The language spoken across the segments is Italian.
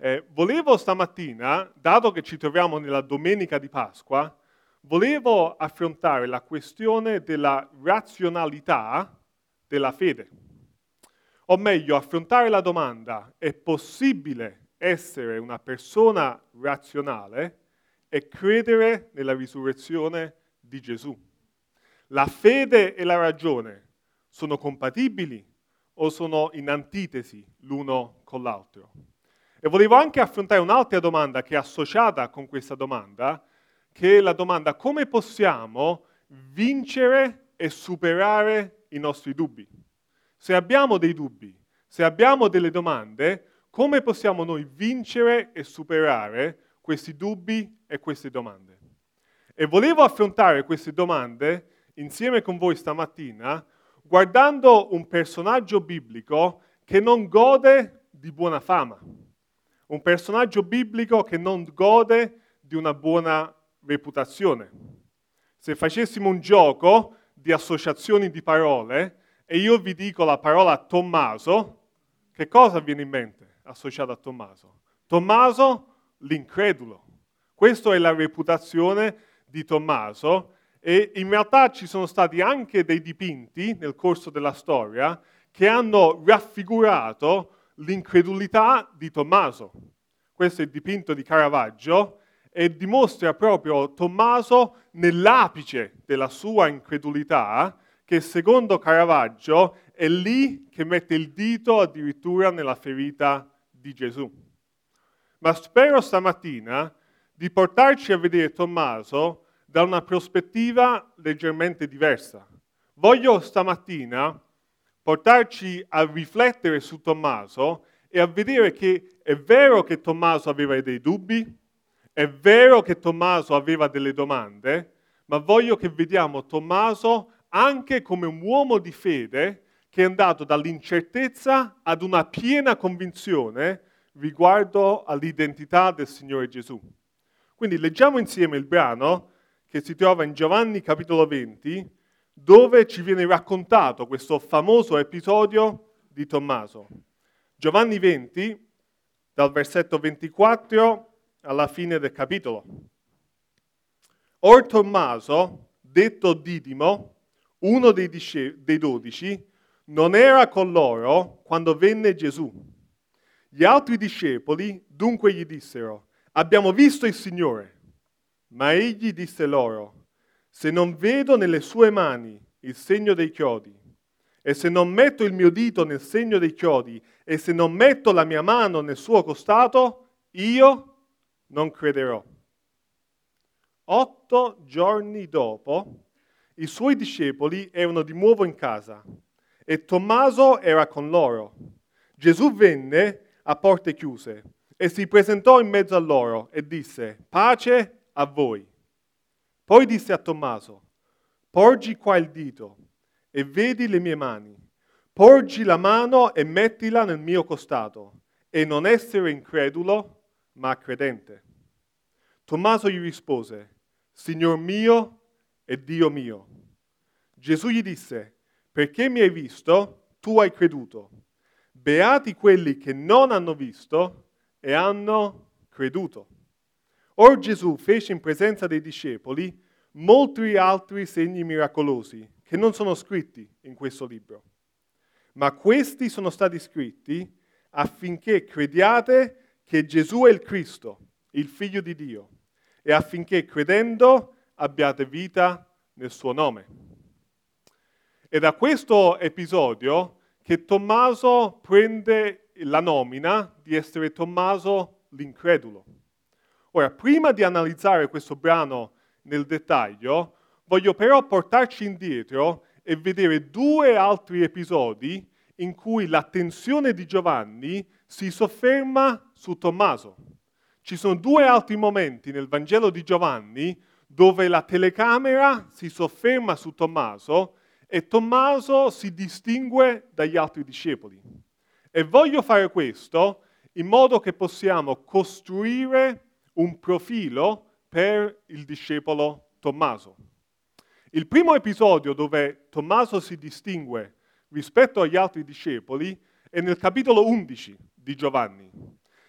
Volevo stamattina, dato che ci troviamo nella domenica di Pasqua, volevo affrontare la questione della razionalità della fede. O meglio, affrontare la domanda: è possibile essere una persona razionale e credere nella risurrezione di Gesù? La fede e la ragione sono compatibili o sono in antitesi l'uno con l'altro? E volevo anche affrontare un'altra domanda che è associata con questa domanda, che è la domanda: come possiamo vincere e superare i nostri dubbi? Se abbiamo dei dubbi, se abbiamo delle domande, come possiamo noi vincere e superare questi dubbi e queste domande? E volevo affrontare queste domande insieme con voi stamattina guardando un personaggio biblico che non gode di buona fama, un personaggio biblico che non gode di una buona reputazione. Se facessimo un gioco di associazioni di parole e io vi dico la parola Tommaso, che cosa viene in mente associato a Tommaso? Tommaso, l'incredulo. Questa è la reputazione di Tommaso e in realtà ci sono stati anche dei dipinti nel corso della storia che hanno raffigurato l'incredulità di Tommaso. Questo è il dipinto di Caravaggio e dimostra proprio Tommaso nell'apice della sua incredulità, che secondo Caravaggio è lì che mette il dito addirittura nella ferita di Gesù. Ma spero stamattina di portarci a vedere Tommaso da una prospettiva leggermente diversa. Voglio stamattina portarci a riflettere su Tommaso e a vedere che è vero che Tommaso aveva dei dubbi, è vero che Tommaso aveva delle domande, ma voglio che vediamo Tommaso anche come un uomo di fede che è andato dall'incertezza ad una piena convinzione riguardo all'identità del Signore Gesù. Quindi leggiamo insieme il brano che si trova in Giovanni capitolo 20, dove ci viene raccontato questo famoso episodio di Tommaso. Giovanni 20, dal versetto 24 alla fine del capitolo. Or Tommaso, detto Didimo, uno dei 12, non era con loro quando venne Gesù. Gli altri discepoli dunque gli dissero: abbiamo visto il Signore. Ma egli disse loro: se non vedo nelle sue mani il segno dei chiodi, e se non metto il mio dito nel segno dei chiodi, e se non metto la mia mano nel suo costato, io non crederò. 8 giorni dopo, i suoi discepoli erano di nuovo in casa e Tommaso era con loro. Gesù venne a porte chiuse e si presentò in mezzo a loro e disse: pace a voi. Poi disse a Tommaso: porgi qua il dito e vedi le mie mani. Porgi la mano e mettila nel mio costato e non essere incredulo, ma credente. Tommaso gli rispose: Signor mio e Dio mio. Gesù gli disse: perché mi hai visto, tu hai creduto. Beati quelli che non hanno visto e hanno creduto. Or Gesù fece in presenza dei discepoli molti altri segni miracolosi che non sono scritti in questo libro. Ma questi sono stati scritti affinché crediate che Gesù è il Cristo, il Figlio di Dio, e affinché credendo abbiate vita nel suo nome. È da questo episodio che Tommaso prende la nomina di essere Tommaso l'incredulo. Ora, prima di analizzare questo brano nel dettaglio, voglio però portarci indietro e vedere 2 altri episodi in cui l'attenzione di Giovanni si sofferma su Tommaso. Ci sono 2 altri momenti nel Vangelo di Giovanni dove la telecamera si sofferma su Tommaso e Tommaso si distingue dagli altri discepoli. E voglio fare questo in modo che possiamo costruire un profilo per il discepolo Tommaso. Il primo episodio dove Tommaso si distingue rispetto agli altri discepoli è nel capitolo 11 di Giovanni.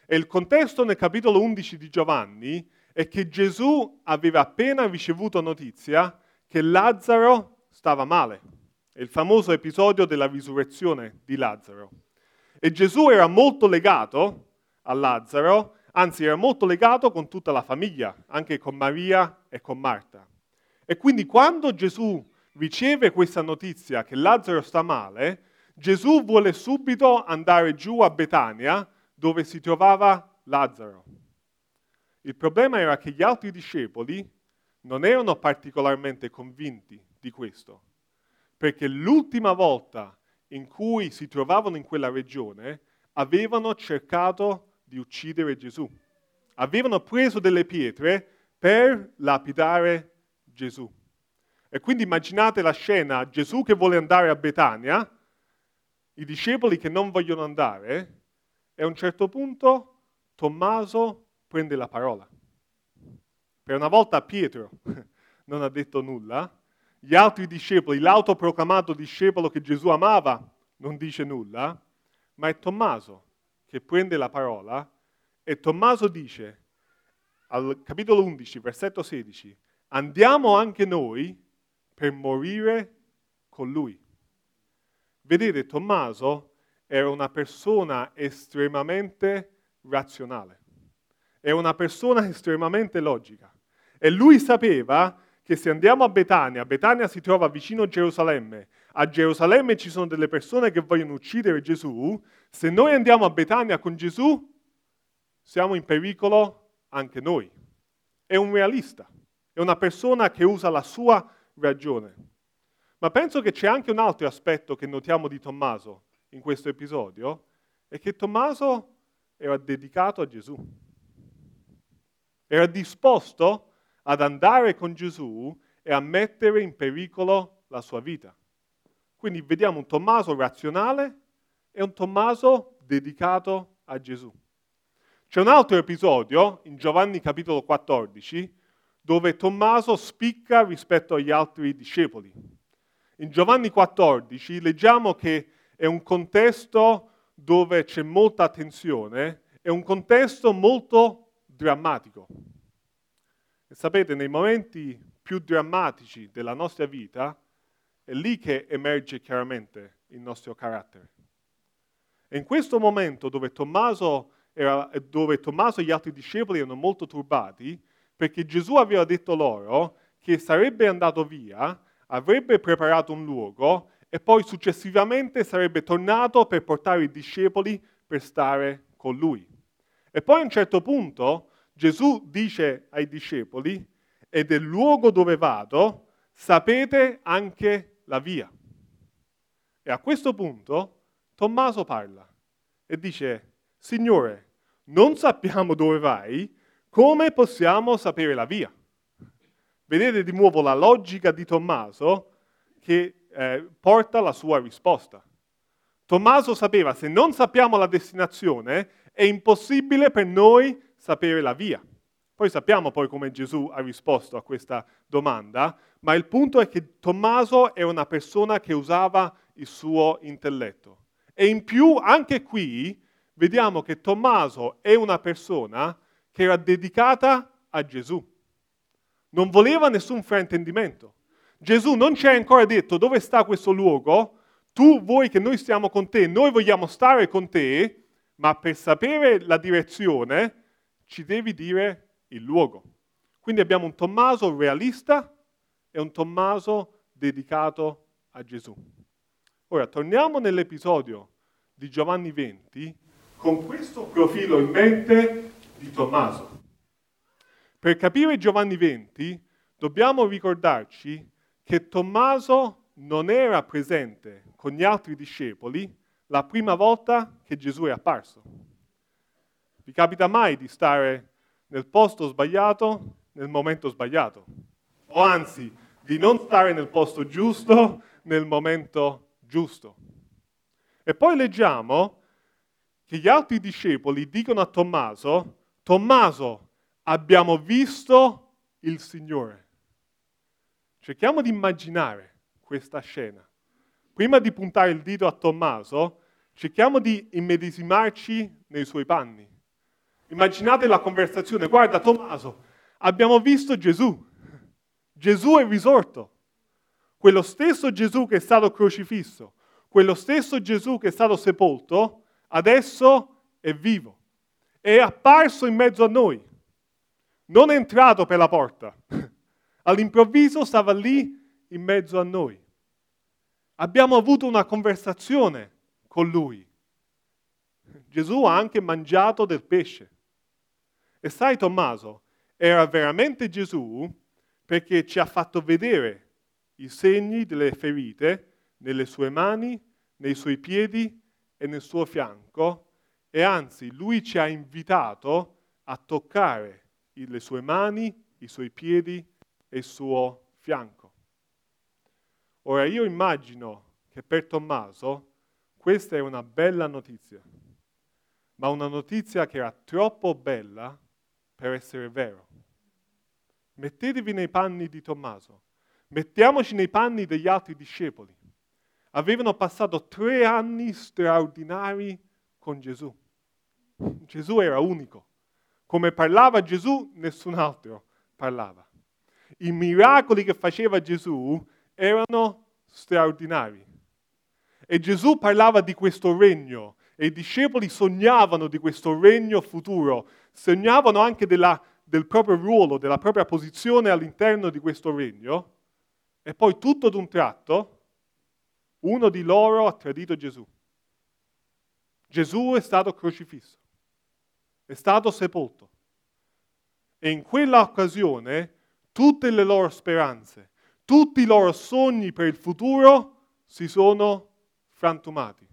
E il contesto nel capitolo 11 di Giovanni è che Gesù aveva appena ricevuto notizia che Lazzaro stava male. È il famoso episodio della risurrezione di Lazzaro. E Gesù era molto legato a Lazzaro, anzi era molto legato con tutta la famiglia, anche con Maria e con Marta. E quindi quando Gesù riceve questa notizia che Lazzaro sta male, Gesù vuole subito andare giù a Betania, dove si trovava Lazzaro. Il problema era che gli altri discepoli non erano particolarmente convinti di questo, perché l'ultima volta in cui si trovavano in quella regione avevano cercato di uccidere Gesù. Avevano preso delle pietre per lapidare Gesù. E quindi immaginate la scena, Gesù che vuole andare a Betania, i discepoli che non vogliono andare, e a un certo punto Tommaso prende la parola. Per una volta Pietro non ha detto nulla, gli altri discepoli, l'autoproclamato discepolo che Gesù amava, non dice nulla, ma è Tommaso che prende la parola e Tommaso dice, al capitolo 11, versetto 16, andiamo anche noi per morire con lui. Vedete, Tommaso era una persona estremamente razionale, era una persona estremamente logica e lui sapeva che se andiamo a Betania si trova vicino a Gerusalemme ci sono delle persone che vogliono uccidere Gesù, se noi andiamo a Betania con Gesù siamo in pericolo anche noi. È un realista, è una persona che usa la sua ragione. Ma penso che c'è anche un altro aspetto che notiamo di Tommaso in questo episodio, è che Tommaso era dedicato a Gesù. Era disposto ad andare con Gesù e a mettere in pericolo la sua vita. Quindi vediamo un Tommaso razionale e un Tommaso dedicato a Gesù. C'è un altro episodio, in Giovanni capitolo 14, dove Tommaso spicca rispetto agli altri discepoli. In Giovanni 14 leggiamo che è un contesto dove c'è molta tensione, è un contesto molto drammatico. E sapete, nei momenti più drammatici della nostra vita, è lì che emerge chiaramente il nostro carattere. E in questo momento dove Tommaso e gli altri discepoli erano molto turbati, perché Gesù aveva detto loro che sarebbe andato via, avrebbe preparato un luogo e poi successivamente sarebbe tornato per portare i discepoli per stare con lui. E poi a un certo punto Gesù dice ai discepoli, e del luogo dove vado sapete anche la via. E a questo punto Tommaso parla e dice, Signore, non sappiamo dove vai, come possiamo sapere la via? Vedete di nuovo la logica di Tommaso che porta la sua risposta. Tommaso sapeva, se non sappiamo la destinazione, è impossibile per noi sapere la via. Poi sappiamo poi come Gesù ha risposto a questa domanda, ma il punto è che Tommaso è una persona che usava il suo intelletto. E in più, anche qui, vediamo che Tommaso è una persona che era dedicata a Gesù. Non voleva nessun fraintendimento. Gesù non ci ha ancora detto dove sta questo luogo, tu vuoi che noi stiamo con te, noi vogliamo stare con te, ma per sapere la direzione ci devi dire il luogo. Quindi abbiamo un Tommaso realista e un Tommaso dedicato a Gesù. Ora, torniamo nell'episodio di Giovanni 20 con questo profilo in mente di Tommaso. Per capire Giovanni 20 dobbiamo ricordarci che Tommaso non era presente con gli altri discepoli la prima volta che Gesù è apparso. Vi capita mai di stare nel posto sbagliato nel momento sbagliato? O anzi, di non stare nel posto giusto nel momento giusto? E poi leggiamo che gli altri discepoli dicono a Tommaso, Tommaso, abbiamo visto il Signore. Cerchiamo di immaginare questa scena. Prima di puntare il dito a Tommaso, cerchiamo di immedesimarci nei suoi panni. Immaginate la conversazione, guarda Tommaso, abbiamo visto Gesù. Gesù è risorto. Quello stesso Gesù che è stato crocifisso, quello stesso Gesù che è stato sepolto, adesso è vivo. È apparso in mezzo a noi. Non è entrato per la porta. All'improvviso stava lì in mezzo a noi. Abbiamo avuto una conversazione con lui. Gesù ha anche mangiato del pesce. E sai Tommaso, era veramente Gesù perché ci ha fatto vedere i segni delle ferite nelle sue mani, nei suoi piedi e nel suo fianco, e anzi lui ci ha invitato a toccare le sue mani, i suoi piedi e il suo fianco. Ora io immagino che per Tommaso questa è una bella notizia, ma una notizia che era troppo bella per essere vero. Mettetevi nei panni di Tommaso, mettiamoci nei panni degli altri discepoli. Avevano passato 3 anni straordinari con Gesù. Gesù era unico. Come parlava Gesù, nessun altro parlava. I miracoli che faceva Gesù erano straordinari. E Gesù parlava di questo regno e i discepoli sognavano di questo regno futuro, sognavano anche del proprio ruolo, della propria posizione all'interno di questo regno, e poi tutto d'un tratto uno di loro ha tradito Gesù. Gesù è stato crocifisso, è stato sepolto. E in quella occasione tutte le loro speranze, tutti i loro sogni per il futuro si sono frantumati.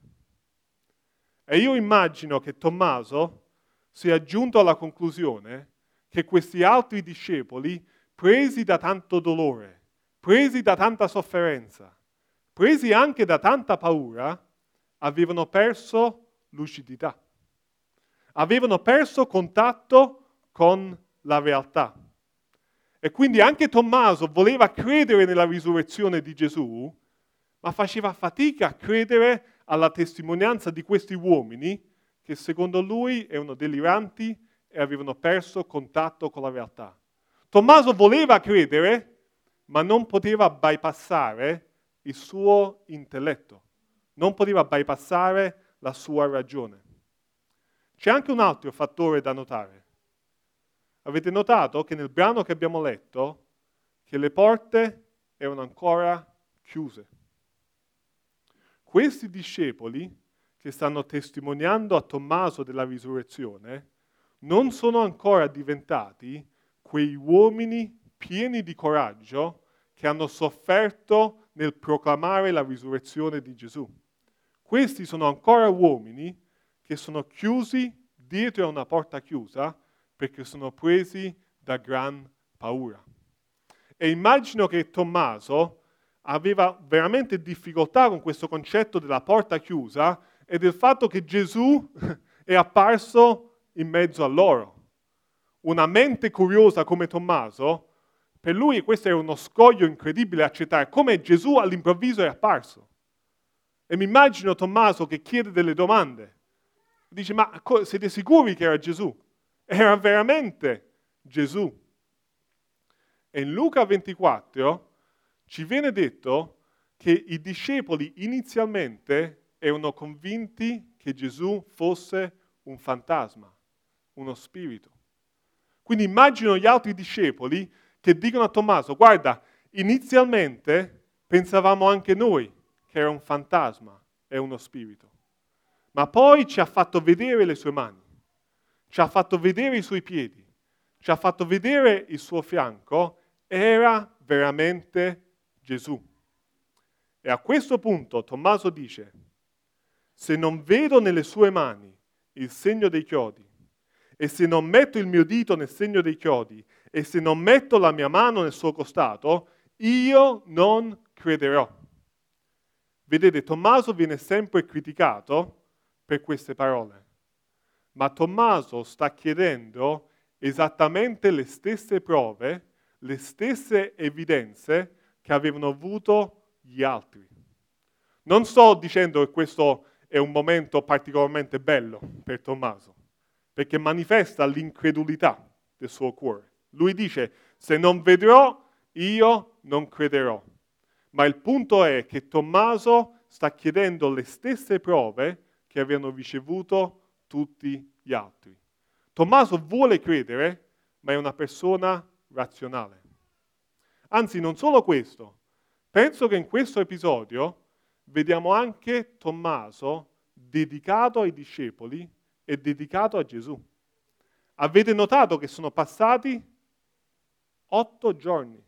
E io immagino che Tommaso sia giunto alla conclusione che questi altri discepoli, presi da tanto dolore, presi da tanta sofferenza, presi anche da tanta paura, avevano perso lucidità. Avevano perso contatto con la realtà. E quindi anche Tommaso voleva credere nella risurrezione di Gesù, ma faceva fatica a credere alla testimonianza di questi uomini che secondo lui erano deliranti e avevano perso contatto con la realtà. Tommaso voleva credere, ma non poteva bypassare il suo intelletto, non poteva bypassare la sua ragione. C'è anche un altro fattore da notare. Avete notato che nel brano che abbiamo letto che le porte erano ancora chiuse. Questi discepoli che stanno testimoniando a Tommaso della risurrezione non sono ancora diventati quei uomini pieni di coraggio che hanno sofferto nel proclamare la risurrezione di Gesù. Questi sono ancora uomini che sono chiusi dietro a una porta chiusa perché sono presi da gran paura. E immagino che Tommaso aveva veramente difficoltà con questo concetto della porta chiusa e del fatto che Gesù è apparso in mezzo a loro. Una mente curiosa come Tommaso, per lui questo è uno scoglio incredibile accettare, come Gesù all'improvviso è apparso. E mi immagino Tommaso che chiede delle domande. Dice, ma siete sicuri che era Gesù? Era veramente Gesù. E in Luca 24 ci viene detto che i discepoli inizialmente erano convinti che Gesù fosse un fantasma, uno spirito. Quindi immagino gli altri discepoli che dicono a Tommaso, guarda, inizialmente pensavamo anche noi che era un fantasma e uno spirito, ma poi ci ha fatto vedere le sue mani, ci ha fatto vedere i suoi piedi, ci ha fatto vedere il suo fianco, era veramente Gesù. E a questo punto Tommaso dice, se non vedo nelle sue mani il segno dei chiodi, e se non metto il mio dito nel segno dei chiodi, e se non metto la mia mano nel suo costato, io non crederò. Vedete, Tommaso viene sempre criticato per queste parole, ma Tommaso sta chiedendo esattamente le stesse prove, le stesse evidenze che avevano avuto gli altri. Non sto dicendo che questo è un momento particolarmente bello per Tommaso, perché manifesta l'incredulità del suo cuore. Lui dice, se non vedrò, io non crederò. Ma il punto è che Tommaso sta chiedendo le stesse prove che avevano ricevuto tutti gli altri. Tommaso vuole credere, ma è una persona razionale. Anzi, non solo questo. Penso che in questo episodio vediamo anche Tommaso dedicato ai discepoli e dedicato a Gesù. Avete notato che sono passati 8 giorni.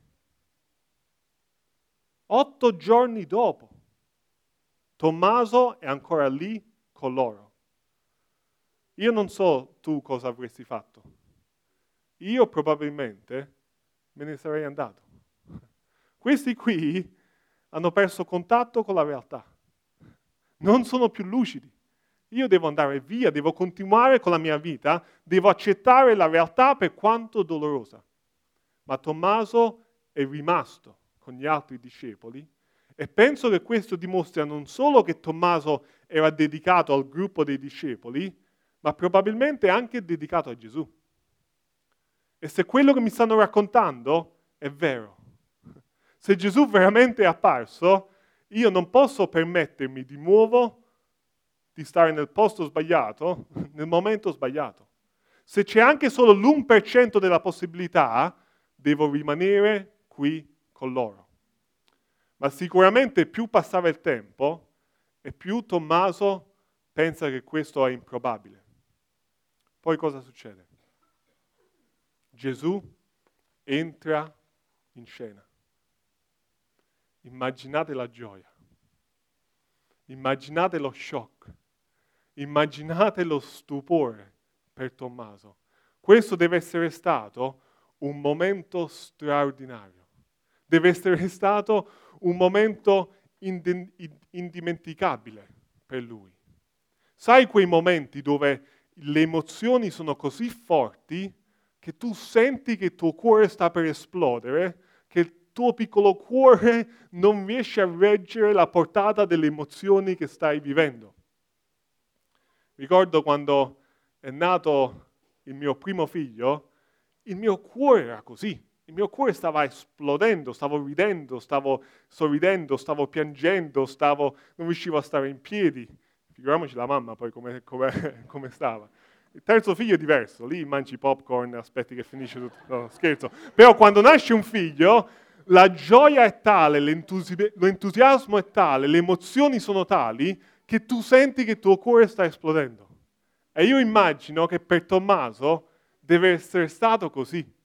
8 giorni dopo, Tommaso è ancora lì con loro. Io non so tu cosa avresti fatto. Io probabilmente me ne sarei andato. Questi qui hanno perso contatto con la realtà. Non sono più lucidi. Io devo andare via, devo continuare con la mia vita, devo accettare la realtà per quanto dolorosa. Ma Tommaso è rimasto con gli altri discepoli e penso che questo dimostra non solo che Tommaso era dedicato al gruppo dei discepoli, ma probabilmente anche dedicato a Gesù. E se quello che mi stanno raccontando è vero, se Gesù veramente è apparso, io non posso permettermi di nuovo di stare nel posto sbagliato, nel momento sbagliato. Se c'è anche solo l'1% della possibilità, devo rimanere qui con loro. Ma sicuramente più passava il tempo e più Tommaso pensa che questo è improbabile. Poi cosa succede? Gesù entra in scena. Immaginate la gioia. Immaginate lo shock. Immaginate lo stupore per Tommaso. Questo deve essere stato un momento straordinario. Deve essere stato un momento indimenticabile per lui. Sai quei momenti dove le emozioni sono così forti che tu senti che il tuo cuore sta per esplodere, che il tuo piccolo cuore non riesce a reggere la portata delle emozioni che stai vivendo. Ricordo quando è nato il mio primo figlio, il mio cuore era così. Il mio cuore stava esplodendo, stavo ridendo, stavo sorridendo, stavo piangendo, non riuscivo a stare in piedi. Figuriamoci la mamma poi come stava. Il terzo figlio è diverso, lì mangi popcorn, aspetti che finisce tutto. No, scherzo. Però quando nasce un figlio, la gioia è tale, l'entusiasmo è tale, le emozioni sono tali che tu senti che il tuo cuore sta esplodendo. E io immagino che per Tommaso deve essere stato così.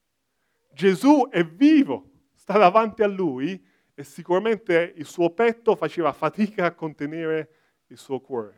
Gesù è vivo, sta davanti a lui e sicuramente il suo petto faceva fatica a contenere il suo cuore.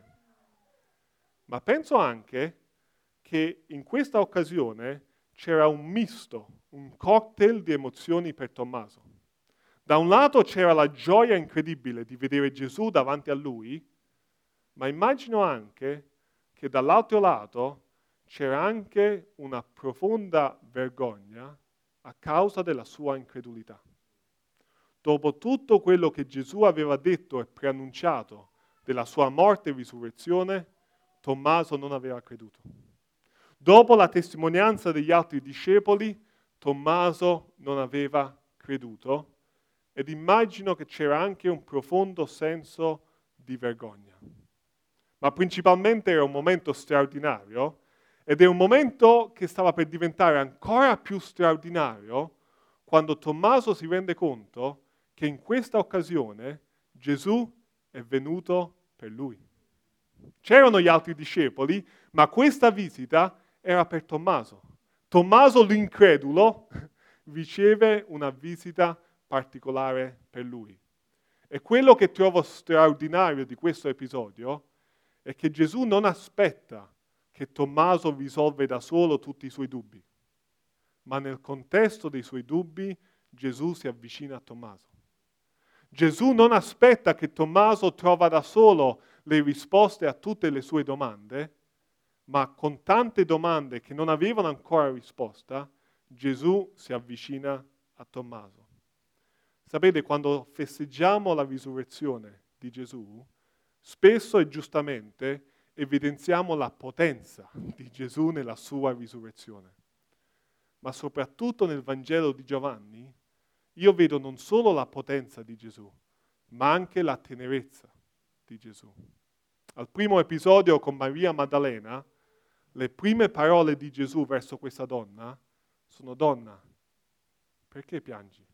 Ma penso anche che in questa occasione c'era un misto, un cocktail di emozioni per Tommaso. Da un lato c'era la gioia incredibile di vedere Gesù davanti a lui, ma immagino anche che dall'altro lato c'era anche una profonda vergogna a causa della sua incredulità. Dopo tutto quello che Gesù aveva detto e preannunciato della sua morte e risurrezione, Tommaso non aveva creduto. Dopo la testimonianza degli altri discepoli, Tommaso non aveva creduto ed immagino che c'era anche un profondo senso di vergogna. Ma principalmente era un momento straordinario ed è un momento che stava per diventare ancora più straordinario quando Tommaso si rende conto che in questa occasione Gesù è venuto per lui. C'erano gli altri discepoli, ma questa visita era per Tommaso. Tommaso l'incredulo riceve una visita particolare per lui. E quello che trovo straordinario di questo episodio è che Gesù non aspetta che Tommaso risolve da solo tutti i suoi dubbi, ma nel contesto dei suoi dubbi Gesù si avvicina a Tommaso. Gesù non aspetta che Tommaso trova da solo le risposte a tutte le sue domande, ma con tante domande che non avevano ancora risposta, Gesù si avvicina a Tommaso. Sapete, quando festeggiamo la risurrezione di Gesù, spesso e giustamente evidenziamo la potenza di Gesù nella sua risurrezione. Ma soprattutto nel Vangelo di Giovanni, io vedo non solo la potenza di Gesù, ma anche la tenerezza di Gesù. Al primo episodio con Maria Maddalena, le prime parole di Gesù verso questa donna sono: donna, perché piangi?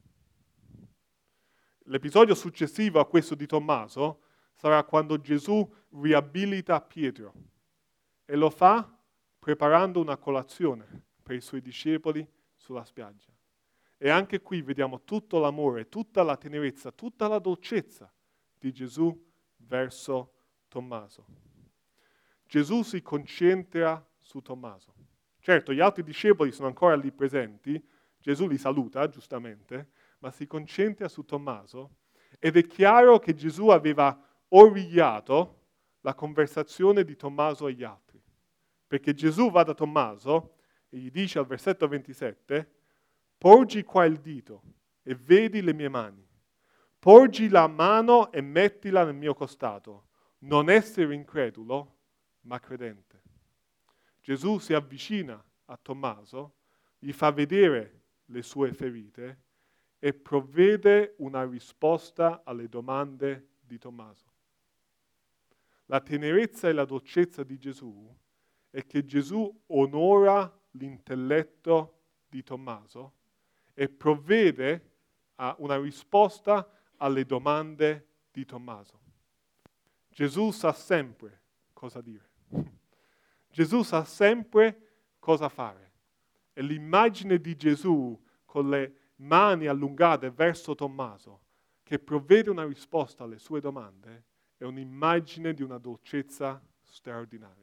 L'episodio successivo a questo di Tommaso sarà quando Gesù riabilita Pietro e lo fa preparando una colazione per i suoi discepoli sulla spiaggia. E anche qui vediamo tutto l'amore, tutta la tenerezza, tutta la dolcezza di Gesù verso Tommaso. Gesù si concentra su Tommaso. Certo, gli altri discepoli sono ancora lì presenti, Gesù li saluta, giustamente, ma si concentra su Tommaso ed è chiaro che Gesù aveva origliato la conversazione di Tommaso agli altri. Perché Gesù va da Tommaso e gli dice al versetto 27: porgi qua il dito e vedi le mie mani. Porgi la mano e mettila nel mio costato. Non essere incredulo, ma credente. Gesù si avvicina a Tommaso, gli fa vedere le sue ferite e provvede una risposta alle domande di Tommaso. La tenerezza e la dolcezza di Gesù è che Gesù onora l'intelletto di Tommaso e provvede a una risposta alle domande di Tommaso. Gesù sa sempre cosa dire. Gesù sa sempre cosa fare. E l'immagine di Gesù con le mani allungate verso Tommaso, che provvede una risposta alle sue domande, è un'immagine di una dolcezza straordinaria.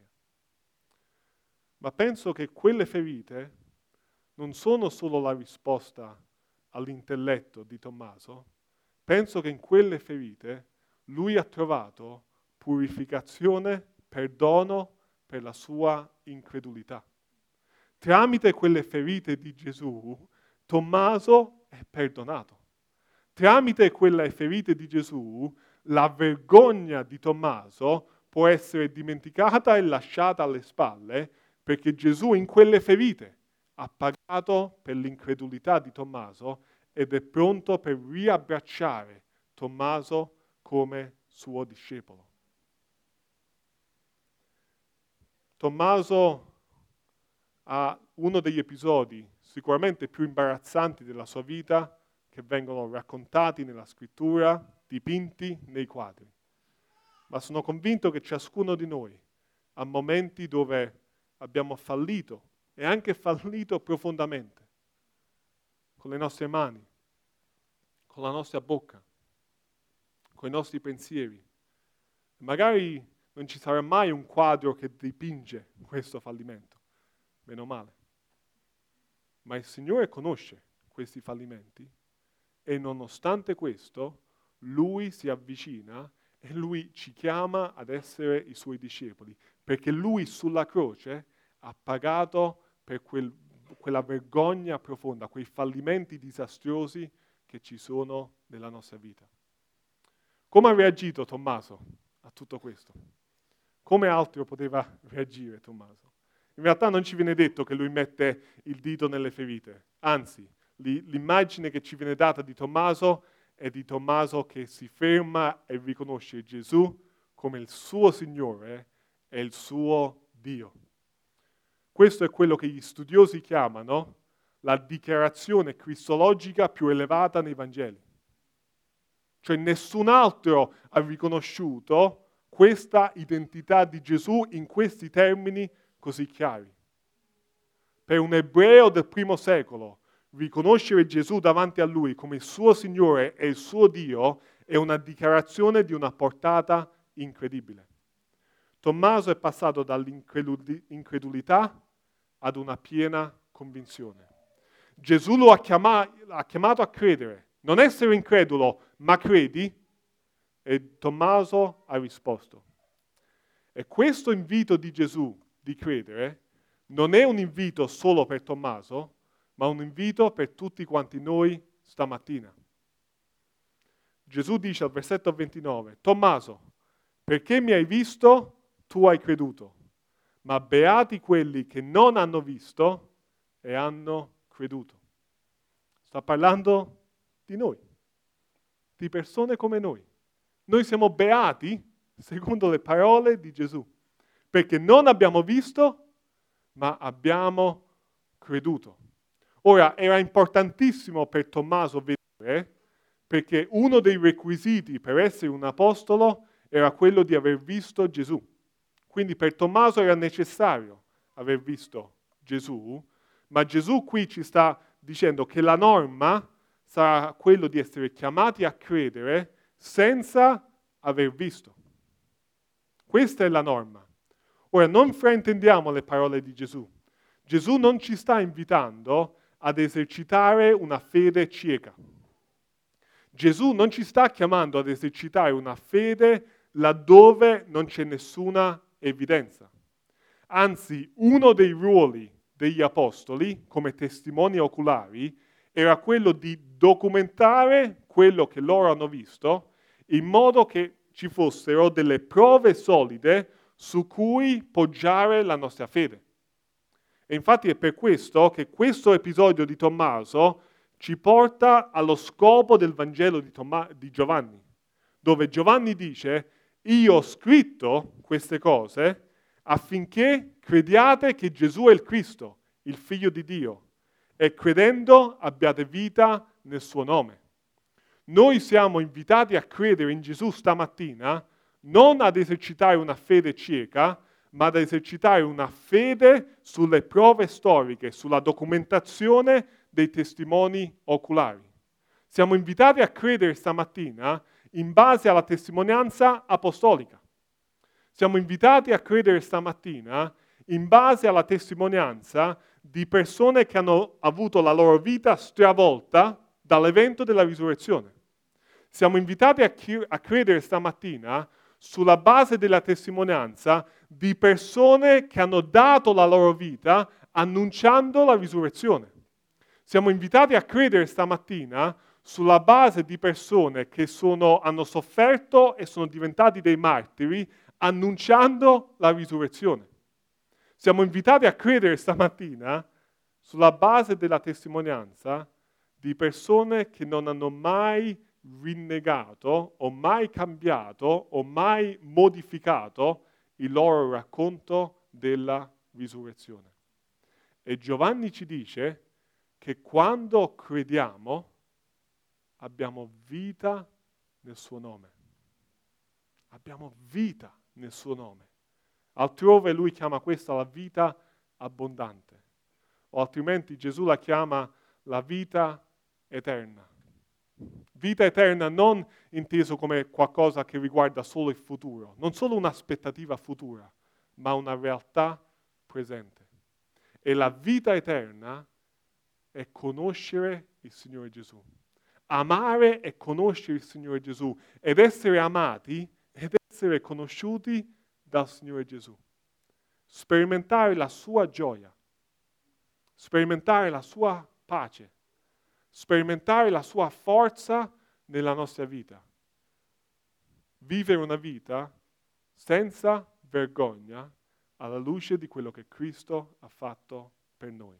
Ma penso che quelle ferite non sono solo la risposta all'intelletto di Tommaso, penso che in quelle ferite lui ha trovato purificazione, perdono per la sua incredulità. Tramite quelle ferite di Gesù, Tommaso è perdonato. Tramite quelle ferite di Gesù, la vergogna di Tommaso può essere dimenticata e lasciata alle spalle, perché Gesù in quelle ferite ha pagato per l'incredulità di Tommaso ed è pronto per riabbracciare Tommaso come suo discepolo. Tommaso ha uno degli episodi sicuramente più imbarazzanti della sua vita, che vengono raccontati nella scrittura, dipinti nei quadri. Ma sono convinto che ciascuno di noi ha momenti dove abbiamo fallito e anche fallito profondamente, con le nostre mani, con la nostra bocca, con i nostri pensieri. Magari non ci sarà mai un quadro che dipinge questo fallimento, meno male. Ma il Signore conosce questi fallimenti e nonostante questo Lui si avvicina e Lui ci chiama ad essere i Suoi discepoli, perché Lui sulla croce ha pagato per quella vergogna profonda, quei fallimenti disastrosi che ci sono nella nostra vita. Come ha reagito Tommaso a tutto questo? Come altro poteva reagire Tommaso? In realtà non ci viene detto che lui mette il dito nelle ferite, anzi, l'immagine che ci viene data di Tommaso è di Tommaso che si ferma e riconosce Gesù come il suo Signore e il suo Dio. Questo è quello che gli studiosi chiamano la dichiarazione cristologica più elevata nei Vangeli. Cioè nessun altro ha riconosciuto questa identità di Gesù in questi termini così chiari. Per un ebreo del primo secolo, riconoscere Gesù davanti a lui come il suo Signore e il suo Dio è una dichiarazione di una portata incredibile. Tommaso è passato dall'incredulità ad una piena convinzione. Gesù lo ha chiamato a credere, non essere incredulo, ma credi? E Tommaso ha risposto. E questo invito di Gesù di credere non è un invito solo per Tommaso, ma un invito per tutti quanti noi stamattina. Gesù dice al versetto 29, Tommaso, perché mi hai visto, tu hai creduto, ma beati quelli che non hanno visto e hanno creduto. Sta parlando di noi, di persone come noi. Noi siamo beati secondo le parole di Gesù, perché non abbiamo visto, ma abbiamo creduto. Ora, era importantissimo per Tommaso vedere, perché uno dei requisiti per essere un apostolo era quello di aver visto Gesù. Quindi per Tommaso era necessario aver visto Gesù, ma Gesù qui ci sta dicendo che la norma sarà quello di essere chiamati a credere senza aver visto. Questa è la norma. Ora, non fraintendiamo le parole di Gesù. Gesù non ci sta invitando ad esercitare una fede cieca. Gesù non ci sta chiamando ad esercitare una fede laddove non c'è nessuna evidenza. Anzi, uno dei ruoli degli apostoli, come testimoni oculari, era quello di documentare quello che loro hanno visto, in modo che ci fossero delle prove solide su cui poggiare la nostra fede. E infatti è per questo che questo episodio di Tommaso ci porta allo scopo del Vangelo di Giovanni, dove Giovanni dice: io ho scritto queste cose affinché crediate che Gesù è il Cristo, il Figlio di Dio, e credendo abbiate vita nel suo nome. Noi siamo invitati a credere in Gesù stamattina, non ad esercitare una fede cieca, ma ad esercitare una fede sulle prove storiche, sulla documentazione dei testimoni oculari. Siamo invitati a credere stamattina in base alla testimonianza apostolica. Siamo invitati a credere stamattina in base alla testimonianza di persone che hanno avuto la loro vita stravolta dall'evento della risurrezione. Siamo invitati a credere stamattina sulla base della testimonianza di persone che hanno dato la loro vita annunciando la risurrezione. Siamo invitati a credere stamattina sulla base di persone che hanno sofferto e sono diventati dei martiri annunciando la risurrezione. Siamo invitati a credere stamattina sulla base della testimonianza di persone che non hanno mai rinnegato o mai cambiato o mai modificato il loro racconto della risurrezione. E Giovanni ci dice che quando crediamo abbiamo vita nel suo nome. Abbiamo vita nel suo nome. Altrove lui chiama questa la vita abbondante, o altrimenti Gesù la chiama la vita eterna. Vita eterna non inteso come qualcosa che riguarda solo il futuro, non solo un'aspettativa futura, ma una realtà presente. E la vita eterna è conoscere il Signore Gesù. Amare e conoscere il Signore Gesù ed essere amati ed essere conosciuti dal Signore Gesù. Sperimentare la sua gioia, sperimentare la sua pace, sperimentare la sua forza nella nostra vita. Vivere una vita senza vergogna alla luce di quello che Cristo ha fatto per noi.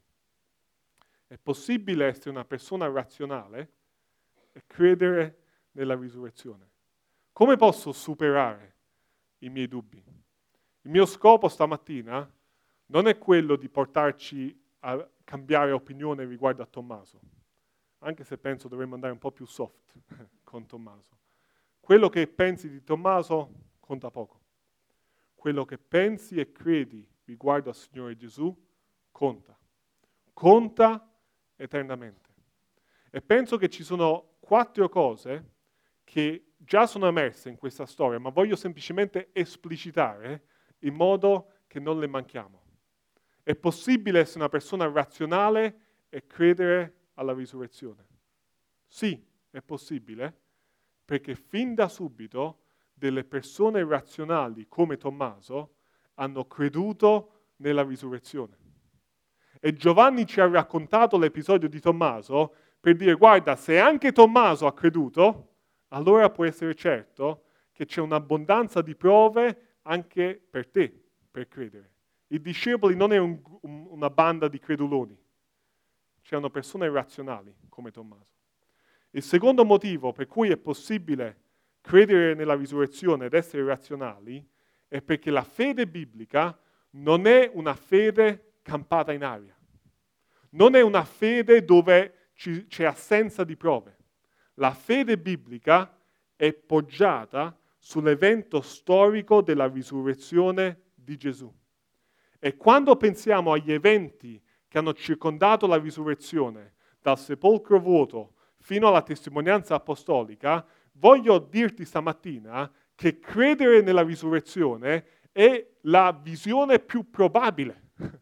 È possibile essere una persona razionale e credere nella risurrezione. Come posso superare i miei dubbi? Il mio scopo stamattina non è quello di portarci a cambiare opinione riguardo a Tommaso, anche se penso dovremmo andare un po' più soft con Tommaso. Quello che pensi di Tommaso conta poco. Quello che pensi e credi riguardo al Signore Gesù conta. Conta eternamente. E penso che ci sono 4 cose che già sono emerse in questa storia, ma voglio semplicemente esplicitare in modo che non le manchiamo. È possibile essere una persona razionale e credere alla risurrezione? Sì, è possibile, perché fin da subito delle persone razionali come Tommaso hanno creduto nella risurrezione. E Giovanni ci ha raccontato l'episodio di Tommaso per dire: guarda, se anche Tommaso ha creduto, allora può essere certo che c'è un'abbondanza di prove anche per te, per credere. I discepoli non è una banda di creduloni, c'erano persone razionali come Tommaso. Il secondo motivo per cui è possibile credere nella risurrezione ed essere razionali è perché la fede biblica non è una fede campata in aria. Non è una fede dove c'è assenza di prove. La fede biblica è poggiata sull'evento storico della risurrezione di Gesù. E quando pensiamo agli eventi che hanno circondato la risurrezione, dal sepolcro vuoto fino alla testimonianza apostolica, voglio dirti stamattina che credere nella risurrezione è la visione più probabile.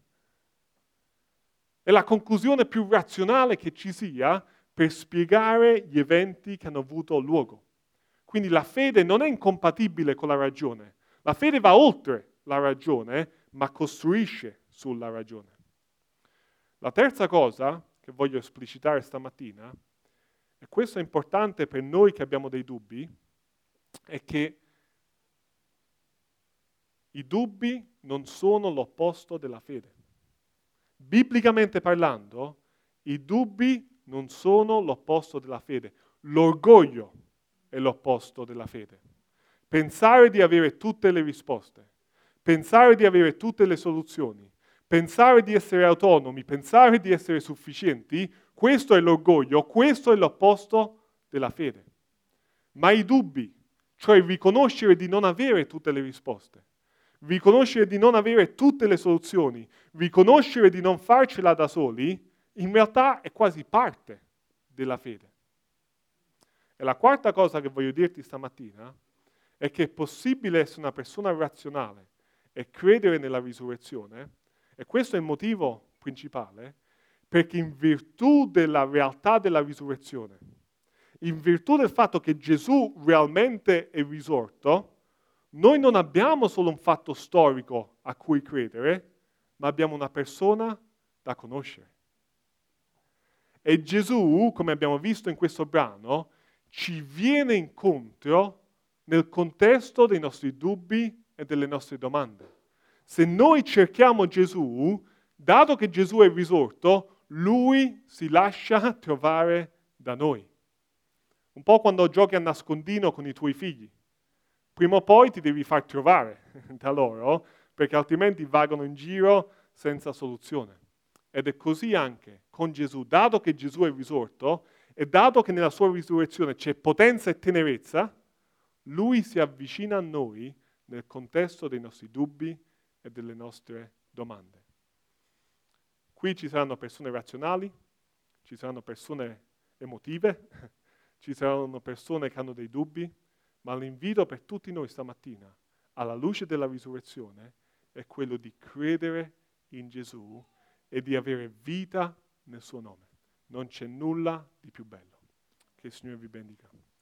È la conclusione più razionale che ci sia per spiegare gli eventi che hanno avuto luogo. Quindi la fede non è incompatibile con la ragione. La fede va oltre la ragione, ma costruisce sulla ragione. La terza cosa che voglio esplicitare stamattina, e questo è importante per noi che abbiamo dei dubbi, è che i dubbi non sono l'opposto della fede. Biblicamente parlando, i dubbi non sono l'opposto della fede. L'orgoglio è l'opposto della fede. Pensare di avere tutte le risposte, pensare di avere tutte le soluzioni, pensare di essere autonomi, pensare di essere sufficienti, questo è l'orgoglio, questo è l'opposto della fede. Ma i dubbi, cioè riconoscere di non avere tutte le risposte, riconoscere di non avere tutte le soluzioni, riconoscere di non farcela da soli, in realtà è quasi parte della fede. E la quarta cosa che voglio dirti stamattina è che è possibile essere una persona razionale e credere nella risurrezione, e questo è il motivo principale, perché in virtù della realtà della risurrezione, in virtù del fatto che Gesù realmente è risorto, noi non abbiamo solo un fatto storico a cui credere, ma abbiamo una persona da conoscere. E Gesù, come abbiamo visto in questo brano, ci viene incontro nel contesto dei nostri dubbi e delle nostre domande. Se noi cerchiamo Gesù, dato che Gesù è risorto, Lui si lascia trovare da noi. Un po' quando giochi a nascondino con i tuoi figli. Prima o poi ti devi far trovare da loro, perché altrimenti vagano in giro senza soluzione. Ed è così anche con Gesù. Dato che Gesù è risorto e dato che nella sua risurrezione c'è potenza e tenerezza, Lui si avvicina a noi nel contesto dei nostri dubbi e delle nostre domande. Qui ci saranno persone razionali, ci saranno persone emotive, ci saranno persone che hanno dei dubbi, ma l'invito per tutti noi stamattina, alla luce della risurrezione, è quello di credere in Gesù e di avere vita nel suo nome. Non c'è nulla di più bello. Che il Signore vi benedica.